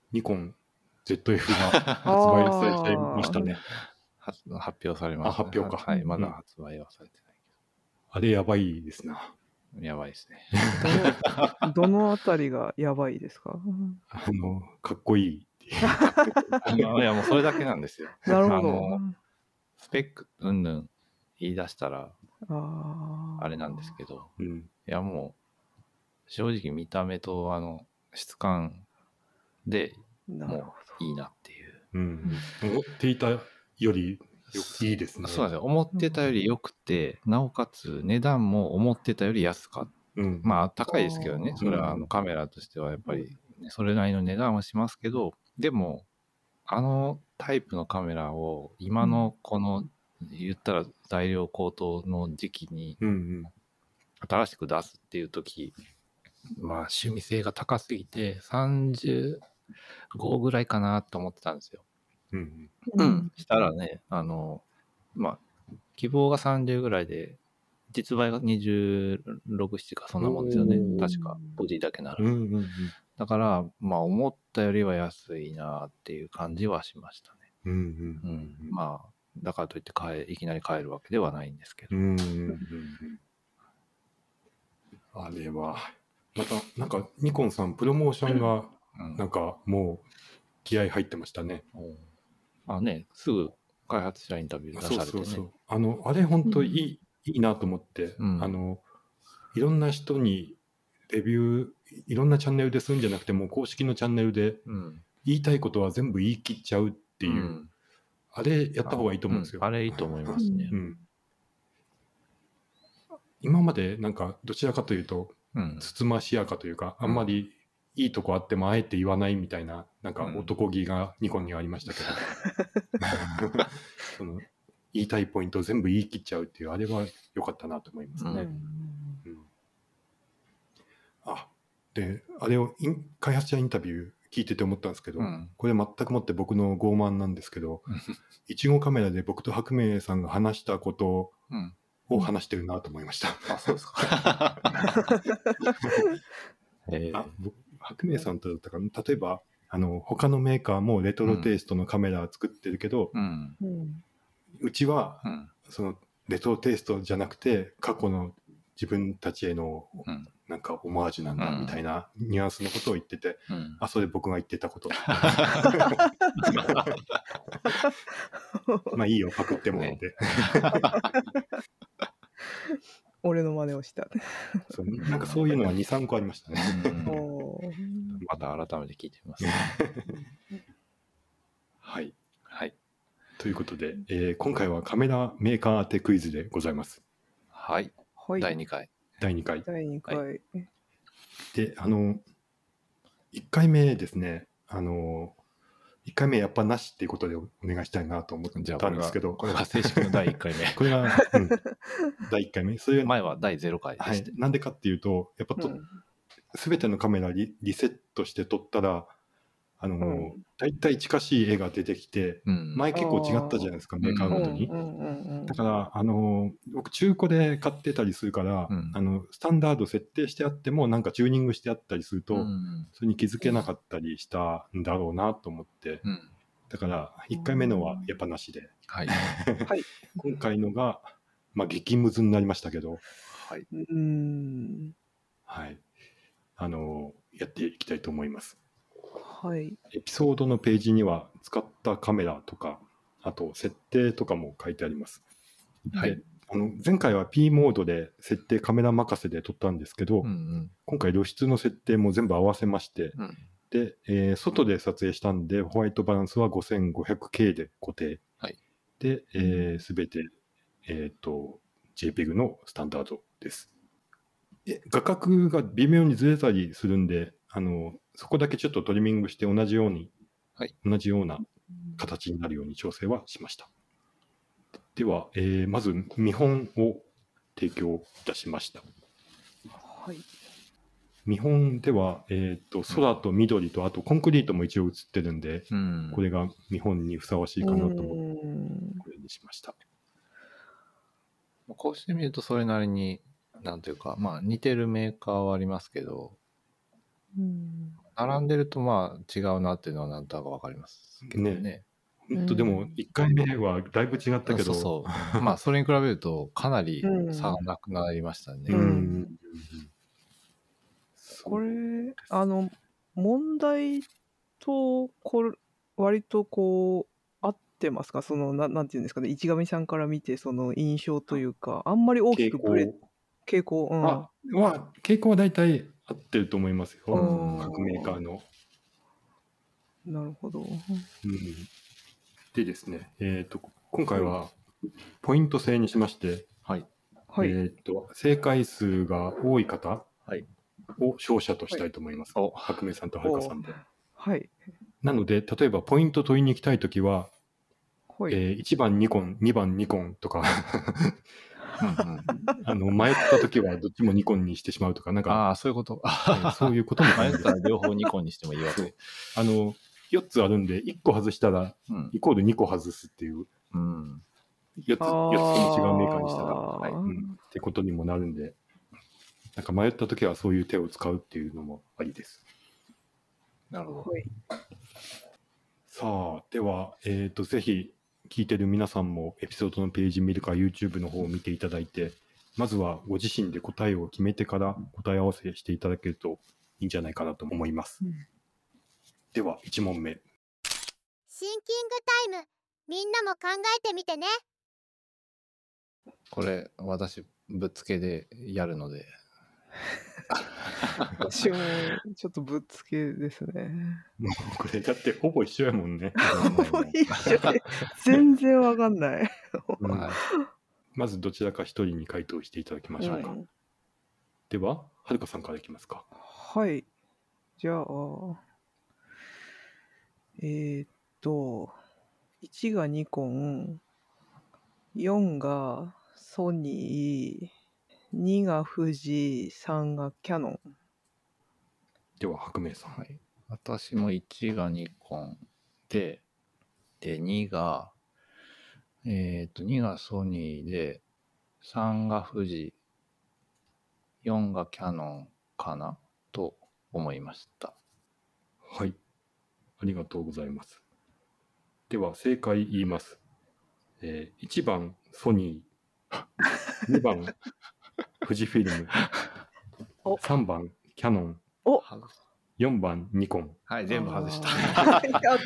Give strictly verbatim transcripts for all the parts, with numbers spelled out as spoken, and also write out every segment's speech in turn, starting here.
ニコン ゼットエフ が発売されちゃいましたね。 発表されました、 ね。あ、発表か。 はい、まだ発売はされてないけど。 あれやばいですな。 やばいですね。 どの、どのあたりがやばいですか？ あの、かっこいいっていう。 いや、もうそれだけなんですよ。 なるほど。 あの、スペック、うんぬん言い出したら、 ああれなんですけど、 うん、 いやもう、正直見た目とあの、質感でもういいなっていう。 うん、思っていたよりいいですね。 そうなんですよ。思ってたより良くて、なおかつ値段も思ってたより安かった。うん、まあ高いですけどね。それはあのカメラとしてはやっぱり、ね、それなりの値段はしますけど、でも、あのタイプのカメラを今のこの、言ったら材料高騰の時期に新しく出すっていう時、まあ趣味性が高すぎてさんじゅうごぐらいかなと思ってたんですよ。 うんうん。したらね、あの、まあ、希望がさんじゅうぐらいで、実売がにじゅうろく、ななかそんなもんですよね。確か、ボディだけなら。 うんうんうん、 だから、まあ、思ったよりは安いなっていう感じはしましたね。 うんうんうんうん、まあ、だからといって買え、いきなり買えるわけではないんですけど。 うんうんうん、あれは、また、なんか、ニコンさん、プロモーションが、なんか、もう、気合入ってましたね。 うん、あね、すぐ開発者インタビュー出されてね。 そうそうそう。あの、あれ本当いい、うん、いいなと思って、うん、あの、いろんな人にレビュー、いろんなチャンネルでするんじゃなくて、もう公式のチャンネルで、言いたいことは全部言い切っちゃうっていう、うん、あれやった方がいいと思うんですよ。 あ,、うん、あれいいと思いますね。 うん、今までなんか、どちらかというと、つつましやかというか、あんまりいいとこあってもあえて言わないみたいな、なんか男気がニコンにはありましたけど、その言いたいポイントを全部言い切っちゃうっていう、あれは良かったなと思いますね。うんうん、あ、で、あれを開発者インタビュー聞いてて思ったんですけど、うん、これ全くもって僕の傲慢なんですけど、いちごカメラで僕と白明さんが話したことを話してるなと思いました。 うん、あ、そうですか。 えー、あ、白明さんとだったかな、例えば、あの、他のメーカーもレトロテイストのカメラ作ってるけど、うん、うちは、うん、その、レトロテイストじゃなくて、過去の自分たちへの、なんかオマージュなんだ、みたいなニュアンスのことを言ってて、うん、あ、それ僕が言ってたこと。まあいいよ、パクってもらって。 俺の真似をした。 そう、なんかそういうのはに、さんこありましたね。 また改めて聞いてみます。 はい。はい。ということで、えー、今回はカメラメーカー当てクイズでございます。 はい。はい、だいにかい。 だいにかい。 だいにかい。はい、 で、あの、いっかいめですね、あの、いっかいめやっぱなしっていうことでお願いしたいなと思ったんですけど。 これが正式のだいいっかいめ。 これが、うん、だいいっかいめ。それ前はだいゼロかいでして。はい。なんでかっていうと、やっぱと、すべ、うん、てのカメラリリセットして撮ったら、あの、うん、大体近しい絵が出てきて、うん、前結構違ったじゃないですか、メーカーごとに。だから、あの、僕中古で買ってたりするから、うん、あの、スタンダード設定してあっても、なんかチューニングしてあったりすると、うん、それに気づけなかったりしたんだろうなと思って、うん、だから、いっかいめのはやっぱなしで。はい。今回のが、まあ、激ムズになりましたけど、はい。うん。はい。あの、やっていきたいと思います。はい。エピソードのページには使ったカメラとか、あと設定とかも書いてあります。はい。あの前回は P モードで設定カメラ任せで撮ったんですけど、うんうん、今回露出の設定も全部合わせまして、うん、で、えー、外で撮影したんでホワイトバランスは ごせんごひゃくケー で固定。はい、で、すべ、えー、て、えっと、JPEG のスタンダードです。画角が微妙にずれたりするんで、あの、そこだけちょっとトリミングして同じように、はい、同じような形になるように調整はしました。では、えー、まず見本を提供いたしました。はい。見本では、えっと、空と緑と、あとコンクリートも一応映ってるんで、うん、これが見本にふさわしいかなと思って、これにしました。 こうしてみるとそれなりに、なんというか、まあ似てるメーカーはありますけど、うん、 並んでるとまあ違うなっていうのはなんとなくわかりますけどね。ねほんとでもいっかいめはだいぶ違ったけど、 そうそうまあそれに比べるとかなり差がなくなりましたね。 うん。うん、 これあの問題とこれ割とこう合ってますか？そのななんていうんですかね、市上さんから見てその印象というか、あんまり大きくブレ傾向、うん、 あは傾向はだいたい合ってると思いますよ。各メーカーの。 なるほど。うん、 でですね、えっと今回はポイント制にしまして、 はい。 えっと正解数が多い方はいを勝者としたいと思います。 はい、 白明さんとはるかさんで。 はい。なので例えばポイント取りに行きたいときは、はい、えー、いちばんニコン、にばんニコンとかあの迷ったときはどっちもニコンにしてしまうとか、なんかああそういうこと、 えー、そういうことも迷ったら両方ニコンにしてもいいわけ。 あのよっつあるんでいっこ外したら、うん、イコールにこ外すっていう。うん、よっつ、よっつとも違うメーカーにしたら、はい、うん、ってことにもなるんで、なんか迷ったときはそういう手を使うっていうのもありです。 なるほど。 さあ、では、えっと、ぜひ聞いてる皆さんもエピソードのページ見るか YouTube の方を見ていただいて、まずはご自身で答えを決めてから答え合わせしていただけるといいんじゃないかなと思います。うん、では、いち問目。 シンキングタイム、みんなも考えてみてね。 これ、私、ぶっつけでやるので。 私もちょっとぶっつけですね。 もうこれだってほぼ一緒やもんね。 ほぼ一緒で全然わかんない、 うん、まずどちらか一人に回答していただきましょうか。うん、では、はるかさんからいきますか。 はい。じゃあ、えー、っと、いちがニコン、よんがソニー、にが富士、さんがキャノン。 では、白明さん。 はい。私もいちがニコンで、で、にが、えっと、にがソニーで、さんが富士、よんがキャノンかなと思いました。 はい。ありがとうございます。では、正解言います。えー、いちばんソニー、にばん富士フィルム、さんばんキャノン、よんばんニコン。 はい、全部外した。 やった。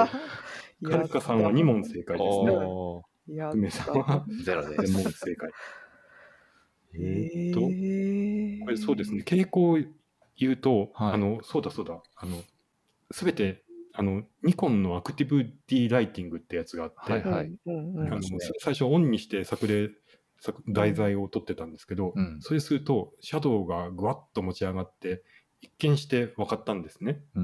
はるかさんはに問正解ですね。 や白明さんはゼロです。 全問正解。えーっと、これそうですね、傾向を言うと、はい、あのそうだそうだ、あのすべてあのニコンのアクティブ D ライティングってやつがあって、はいはい、あの最初オンにして作例題材を取ってたんですけど、うん、それするとシャドウがぐわっと持ち上がって一見して分かったんですね。うん、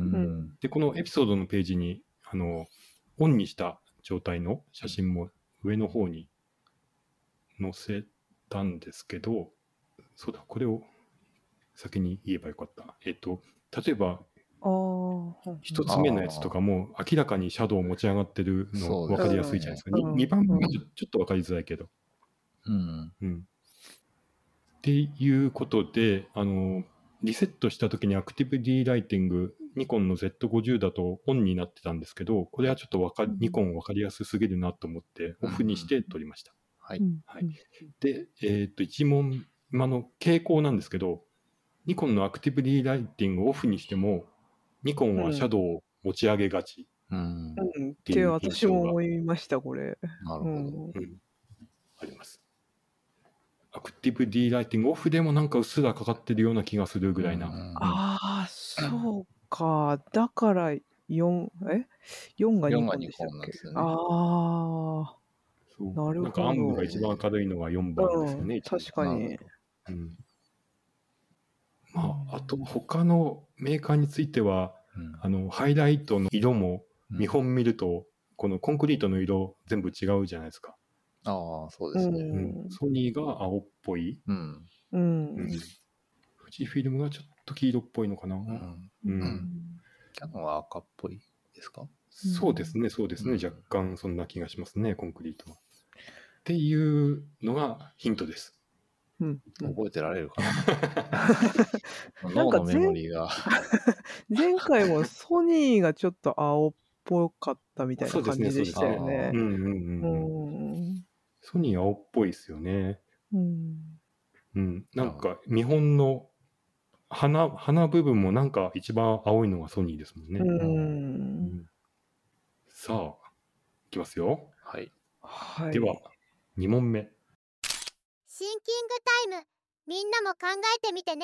でこのエピソードのページにあのオンにした状態の写真も上の方に載せたんですけど、そうだ、これを先に言えばよかった。えっと例えば一つ目のやつとかも明らかにシャドウ持ち上がってるの分かりやすいじゃないですか。にばんめがちょっと分かりづらいけど。うんうん、っていうことで、あのリセットした時にアクティブ D ライティング、ニコンの ゼットごじゅう だとオンになってたんですけど、これはちょっとわかニコン分かりやすすぎるなと思ってオフにして撮りました。はい、はい、で、えー、っといち問、今の傾向なんですけど、ニコンのアクティブ D ライティングをオフにしてもニコンはシャドウを持ち上げがちっていう印象が、 うん、って私も思いましたこれ。 なるほど、うんうん、あります。アクティブ D ライティングオフでもなんかうっすらかかってるような気がするぐらいな。うんうん、 ああ、そうか。だからよん、え ?よん がニコンでしたっけ？ね、ああ、なるほど。 なんか暗部が一番明るいのがよんばんですよね。うん、 確かに。 うん、まあ、あと他のメーカーについては、うん、あのハイライトの色も見本見ると、うん、このコンクリートの色全部違うじゃないですか。 ああ、そうですね。 うん、ソニーが青っぽい。うんうん、富士フィルムがちょっと黄色っぽいのかな。うんうん、 キャノンは赤っぽいですか？ そうですね、そうですね、うん、若干そんな気がしますね、コンクリートは。っていうのがヒントです。 うんうん、 覚えてられるかななんか脳のメモリーが。 前回もソニーがちょっと青っぽかったみたいなそうですね、 感じでしたそうですね。 よね。 うんうんうんううん。 ん。 ソニー青っぽいですよね。 うん。 うん。なんか、見本の花、花部分もなんか一番青いのがソニーですもんね。 う。 うんんさあ、いきますよ。 はい。 はい。 では、に問目。 シンキングタイム、みんなも考えてみてね。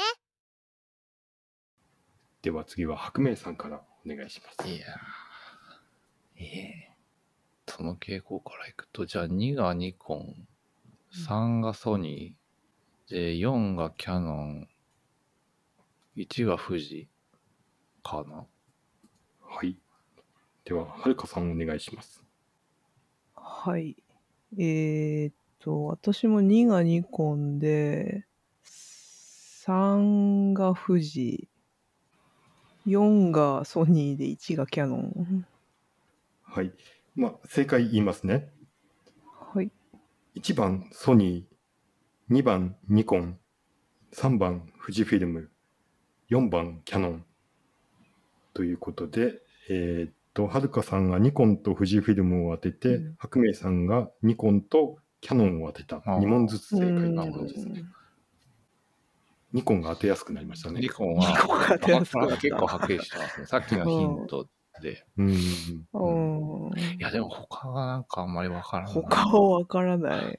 では次は白明さんからお願いします。 いやー、ええー、その傾向からいくと、じゃあにがニコン、さんがソニー、でよんがキヤノン、いちが富士かな。 はい。では、はるかさんお願いします。 はい。えーっと、私もにがニコンで、さんが富士、よんがソニーでいちがキヤノン。 はい。まあ、正解言いますね。 はい。 いちばんソニー、にばんニコン、さんばん富士フィルム、よんばんキヤノンということで、えーっと、はるかさんがニコンと富士フィルムを当てて、 うん白明さんがニコンとキヤノンを当てた。 あーに問ずつ正解うんな感じですね。ニコンが当てやすくなりましたねニ。コンはニコンが当てやすくなった結構はっきりしてますね。さっきのヒントで。 うん。 うん。 いや、でも他がなんかあんまりわからない。 他はわからない。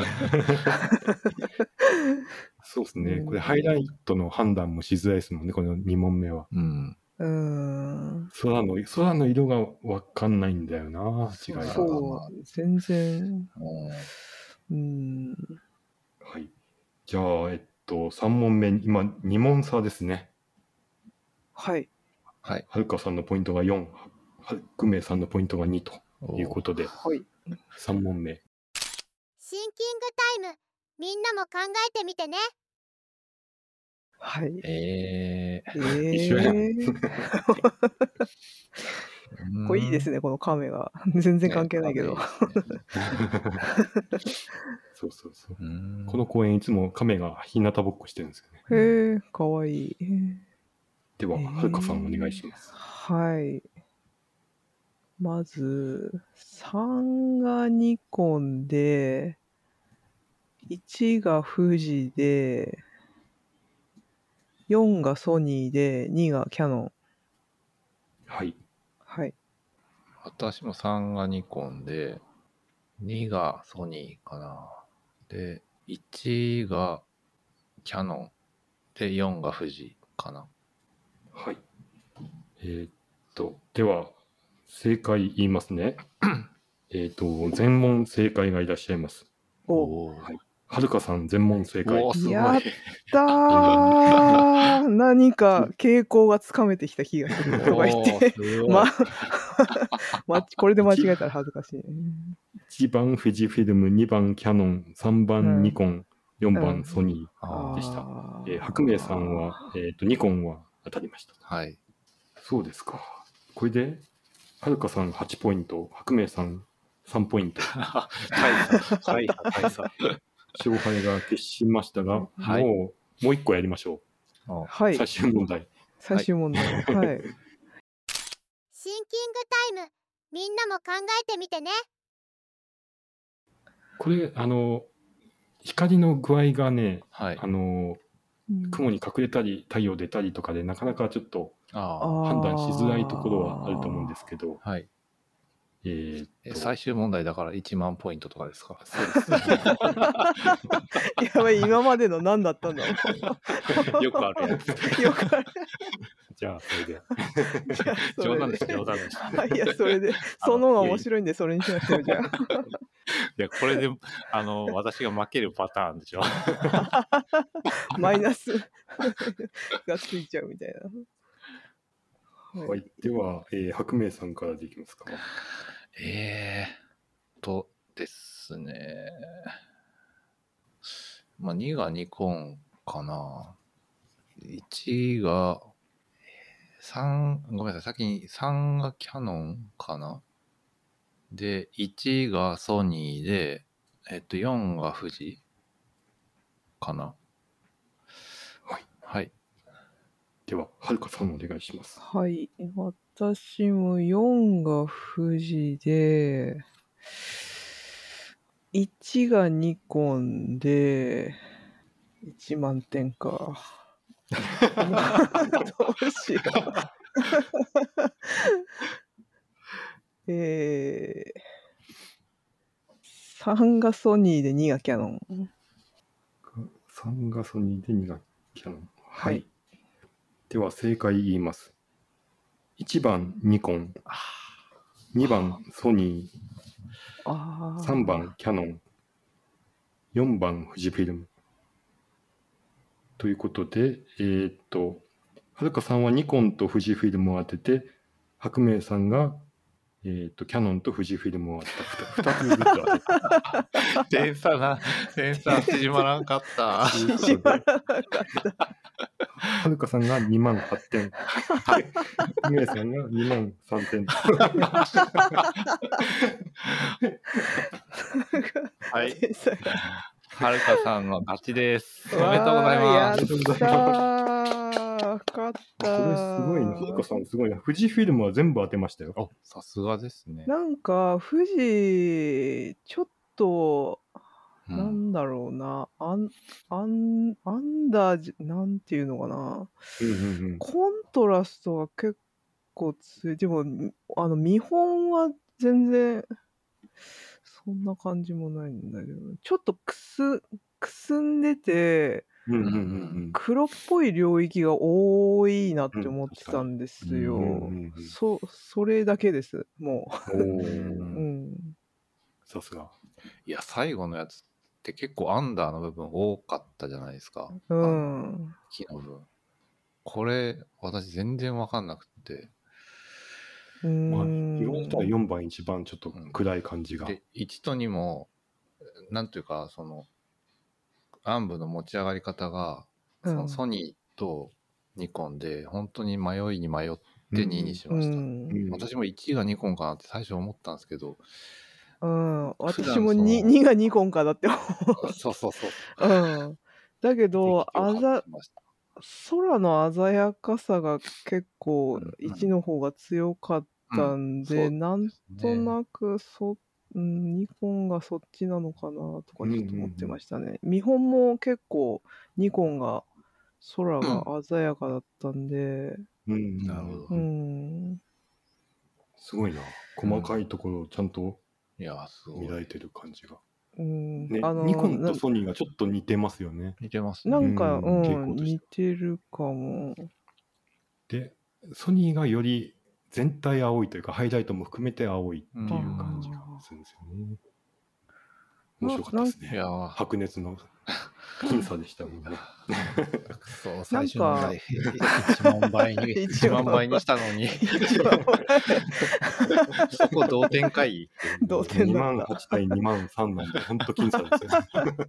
そうですね。これハイライトの判断もしづらいですもんね、このに問目は。 うん。 うん。 空の、空の色がわかんないんだよな、違いが。 そう、全然。 うんうん。 はい。じゃあ、えっと、さん問目、今、に問差ですね。 はい。 はい。 はるかさんのポイントがよん、白明さんのポイントがにということで、 はい。 さん問目。 シンキングタイム、みんなも考えてみてね。 はい。 えー、 えー、 一緒やんこれいいですね、このカメが。全然関係ないけど。 ねそうそうそう。 うんこの公園いつも亀が日向ぼっこしてるんですよね。 へえ、かわいい。 では、はるかさんお願いします。 はい。まず、さんがニコンで、いちが富士で、よんがソニーで、にがキヤノン。 はい。 はい。 私もさんがニコンで、にがソニーかな。で、いちがキヤノン。で、よんが富士かな。 はい。えーっと、では、正解言いますね。えーっと、全問正解がいらっしゃいます。 お、 はい。はるかさん全問正解。 おーすごい。 やったー何か傾向がつかめてきた気がするとか言って。 すごい。 ま、ま、これで間違えたら恥ずかしい。 いちばん富士フィルム、にばんキヤノン、さんばんニコン、よんばんソニーでした。 あえー白明さんは、えーっと、ニコンは当たりました。 はい。 そうですか。これで、はるかさんはちポイント、白明さんさんポイント。 大差、大差、大差。 勝敗が決しましたが、 はいもう、もう一個やりましょう。 はい。 最終問題。 最終問題。はい。 シンキングタイム、みんなも考えてみてね。 これ、あの、光の具合がね、 はい。 あの、雲に隠れたり、太陽出たりとかで、なかなかちょっとあ判断しづらいところはあると思うんですけど、 あ。はい。 えーっと、 え最終問題だからいちまんポイントとかですか。 そうです。 やばい、今までの何だったんだろう。 よくあるやつ。 よくある。 じゃあ、それで。 じゃあ、それで冗談です、冗談です。 いや、それで、その方が面白いんで、それにしましょう、じゃあ。 いや、これで、あの、私が負けるパターンでしょ。 マイナスがついちゃうみたいな。 はい。では、えー白明さんからでいきますか。 えーとですね。まあ、にがニコンかな。いちが、さん、ごめんなさい、先にさんがキヤノンかな。で、いちがソニーで、えっと、よんが富士かな。 はい。 はい。 では、はるかさんお願いします。 はい。私もよんが富士で、いちがニコンで、いちまんてんか。どうしよう。えー、さんがソニーでにがキャノン。 さんがソニーでにがキャノン。はい。 はい。 では、正解言います。いちばんニコン、にばんソニあー、さんばんキャノン、よんばん富士フィルム。ということで、えーっと、はるかさんはニコンと富士フィルムを当てて、白明さんが、えーっと、キャノンと富士フィルムを当てた。ふたつずつ当てた。 点差が、点差縮まらんかった。 縮まらなかった。 はるかさんがにまんはってん。はい。白明さんがにまんさんてん。 はい。はるかさんの勝ちです。おめでとうございます。 やったー。勝ったー。 これすごいな。はるかさんすごいな。富士フィルムは全部当てましたよ。 お、さすがですね。 なんか、富士、ちょっと、 うん、 なんだろうな、アン、アン、アンダーじ、なんていうのかな。 うんうんうん、 コントラストが結構強い。でも、あの、見本は全然、そんな感じもないんだけど、ちょっとくす、くすんでて、 うんうんうんうん、 黒っぽい領域が多いなって思ってたんですよ。 うんうんうんうん、 そ、それだけです、もう。 おうん。 さすが。 いや、最後のやつって結構アンダーの部分多かったじゃないですか。 うん。 木の部分。これ、私全然わかんなくて。 うーん。 まあ、言われたらよんばん一番ちょっと暗い感じが。 うん、で、いちとにも、なんていうか、その、暗部の持ち上がり方が、そのソニーとニコンで、本当に迷いに迷ってににしました。うんうん、私もいちがニコンかなって最初思ったんですけど、 うん、私も 2, にがニコンかだって思う。 そうそうそう。 うん。だけど、あざ、空の鮮やかさが結構いちの方が強かったんで、うんうん、なんとなくそ、うん、ニコンがそっちなのかなとかちょっと思ってましたね。うんうんうん、見本も結構ニコンが空が鮮やかだったんで。 うん、なるほど。 うん。 すごいな。細かいところをちゃんといや、すごい。 見られてる感じが。 うんね、あのー、ニコンとソニーがちょっと似てますよね。 似てますね。 なんか、うん、うん、似てるかも。 で、ソニーがより全体青いというか、ハイライトも含めて青いっていう感じがするんですよね。面白かったですね。いや白熱の僅差でしたもんね。 そう、最終問題いちまんばいに、いちまんばいにしたのに。そこ同点かい同点だった。 にまんはち対にまんさんなんで、ほんと僅差ですよね。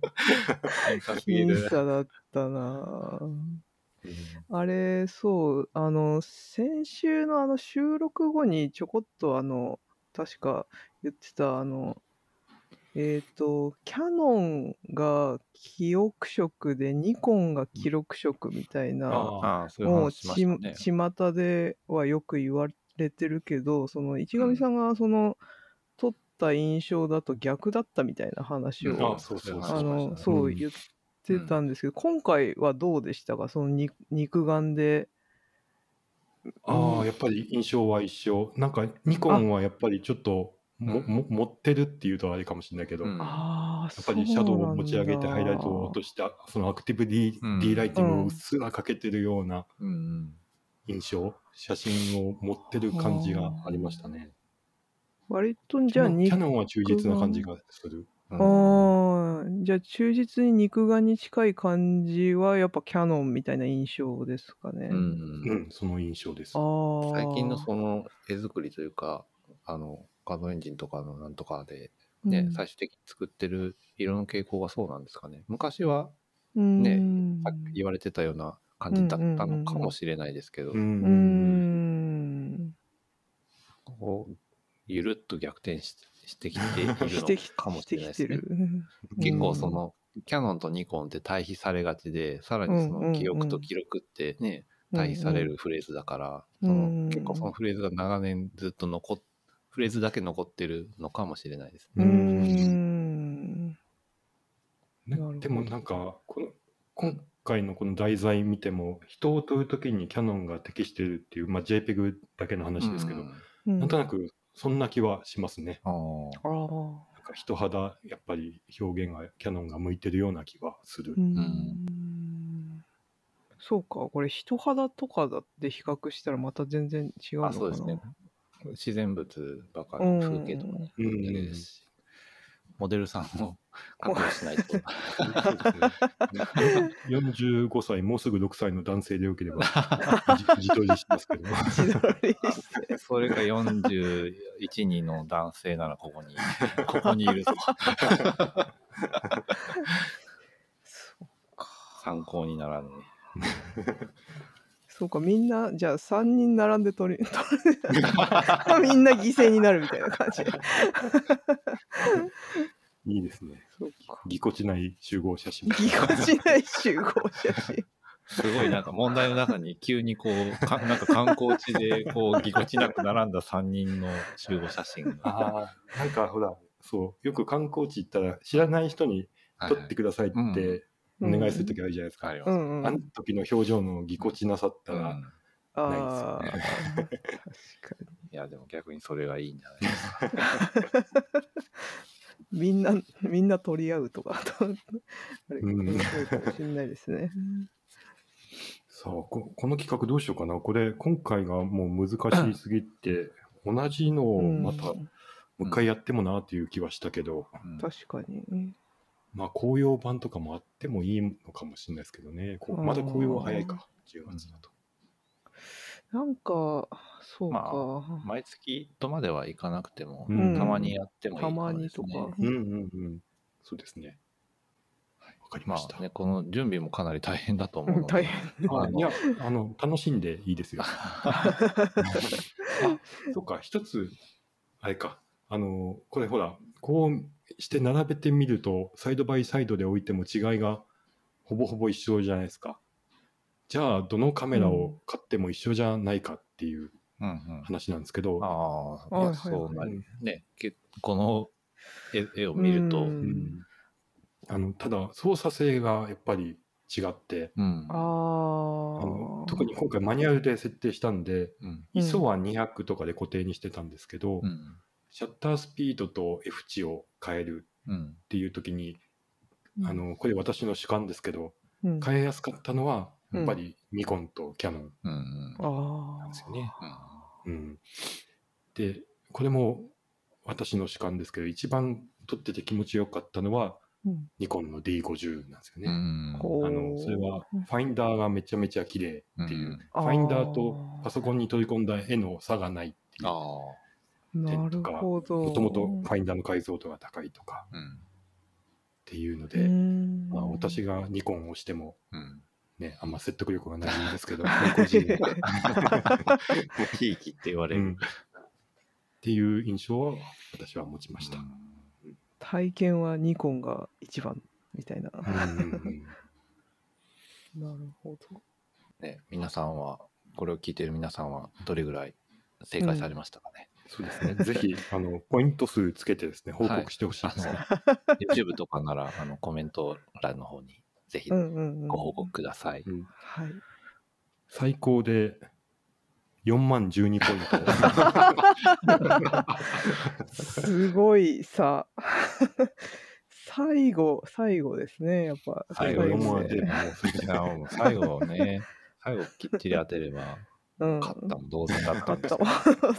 僅差だったなぁ。あれ、そう、あの、先週のあの収録後にちょこっとあの、確か言ってたあの、えっと、キャノンが記憶色でニコンが記録色みたいな、 ああ、そういう話しましたね。 もう巷ではよく言われてるけど、その市上さんがその、撮った印象だと逆だったみたいな話を、 うん、あそうそうあの、そう言ってたんですけど、うん、今回はどうでしたか、その肉肉眼で。 ああ、やっぱり印象は一緒。なんかニコンはやっぱりちょっともも持ってるっていうとあれかもしれないけど、うん、やっぱりシャドウを持ち上げてハイライトを落としたそのアクティブ D,、うん、D ライティングをうっすらかけてるような印象、うん、写真を持ってる感じがありましたね。 割とじゃあキャノンは忠実な感じがする。 うん、ああ、じゃあ忠実に肉眼に近い感じはやっぱキャノンみたいな印象ですかね。 うん、うん、その印象です。 最近のその絵作りというか、あの画像エンジンとかのなんとかでね、うん、最終的に作ってる色の傾向がそうなんですかね。昔はね、さっき言われてたような感じだったのかもしれないですけど、うんうんうん、こうゆるっと逆転ししてきているのかもしれないですね。結構そのキヤノンとニコンって対比されがちで、さらにその記憶と記録ってね、対比されるフレーズだから、その結構そのフレーズが長年ずっと残っフレーズだけ残ってるのかもしれないですね。 うーん。 ねなるほどでもなんかこの今回のこの題材見ても、人を問うときにキヤノンが適してるっていう、まあ、JPEG だけの話ですけど、 うんなんとなくそんな気はしますね。 あーああ。 なんか人肌やっぱり表現がキヤノンが向いてるような気はするう。ん。そうか、これ人肌とかだって比較したらまた全然違うのあ、 かな。 そうですね。自然物ばかり、 うん風景とかね、だけですし、モデルさんも確保しないと。 よんじゅうごさい、もうすぐろくさいの男性でよければじ自撮りしますけど。 自撮りしてそれがよんじゅういちにんの男性ならここに、ここにいると。 そうか。 参考にならんね。 そうか、みんな、じゃあさんにん並んで撮り、撮るみんな犠牲になるみたいな感じ。 いいですね。 そうか。 ぎこちない集合写真。 ぎこちない集合写真。 すごいなんか問題の中に急にこう、かなんか観光地でこうぎこちなく並んださんにんの集合写真が。 ああ、なんかほら、そう、よく観光地行ったら知らない人に撮ってくださいってお願いするときあるじゃないですか。 ありますね。 うんうん。 あの時の表情のぎこちなさったら、 うんああ、 ないです確かに。 いやでも逆にそれがいいんじゃないですか。 みんな、みんな取り合うとか、あれ、 うん面白いかもしれないですね。 さあこ、この企画どうしようかな。これ、今回がもう難しすぎて、同じのをまたもう一回やってもなっていう気はしたけど、 うん確かに。 まあ、紅葉版とかもあってもいいのかもしれないですけどね。こうまだ紅葉は早いか、じゅうがつだと。 なんか、そうまか。 あ、毎月とまではいかなくても、 うんたまにやってもいいたかもまにとですね。 か。 うんうんうん。そうですね。わかりました。 まあね、この準備もかなり大変だと思うので。 大変。 あいや、あの、楽しんでいいですよ。あ、そっか、一つ、あれか。あの、これほら、こうして並べてみると、サイドバイサイドで置いても違いがほぼほぼ一緒じゃないですか。じゃあ、どのカメラを買っても一緒じゃないかっていううんうん。 話なんですけど、 ああ、いや、 はいはいそうなりはいね、けこの絵絵を見ると、 ううんんあのただ操作性がやっぱり違って、 うん。 ああのあ。 特に今回マニュアルで設定したんで、 うん。 アイエスオ はにひゃくとかで固定にしてたんですけど、 うん。 シャッタースピードと F 値を変えるうん。 っていう時に、 うんあのこれ私の主観ですけど、 うん、 変えやすかったのはうんやっぱりニコンとキヤノンうん。うん。 あなんですよね。 あ。 うん、でこれも私の主観ですけど、一番撮ってて気持ちよかったのはうんニコンの ディーごじゅう なんですよね。 うん。 ほうあのそれはファインダーがめちゃめちゃ綺麗っていう、 うんファインダーとパソコンに取り込んだ絵の差がないっていうああ。 なる点とか、 ほど。 もともとファインダーの解像度が高いとかうん。 っていうのうで、 んまあ、私がニコンをしても、 うん。 ね、あんま説得力がないんですけど、個人でひいきって言われる。 うんっていう印象は私は持ちました。 体験はニコンが一番みたいな。 うんうんなるほど。 ね、皆さんは、これを聞いている皆さんは、どれぐらい正解されましたかね。 そうですね。ぜひあのポイント数つけてですね、報告してほしいですね。 あの YouTube とかならあのコメント欄の方にぜひうんうんうん。 ご報告ください。 うんはい。 最高でよんまんじゅうにポイント。 すごいさ。最後、最後ですね、やっぱ。 最後よんまんででもうそれいやもう最後ね、最後きっちり当てれば、 うん勝ったも同然だったんです勝よ。 ったもん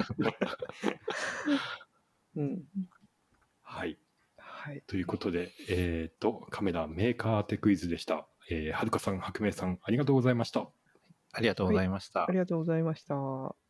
うん。 はい。 はい。 ということで、えっ、と、カメラメーカー当てクイズでした。えー、はるかさん、白明さん、ありがとうございました。 ありがとうございました。 ありがとうございました。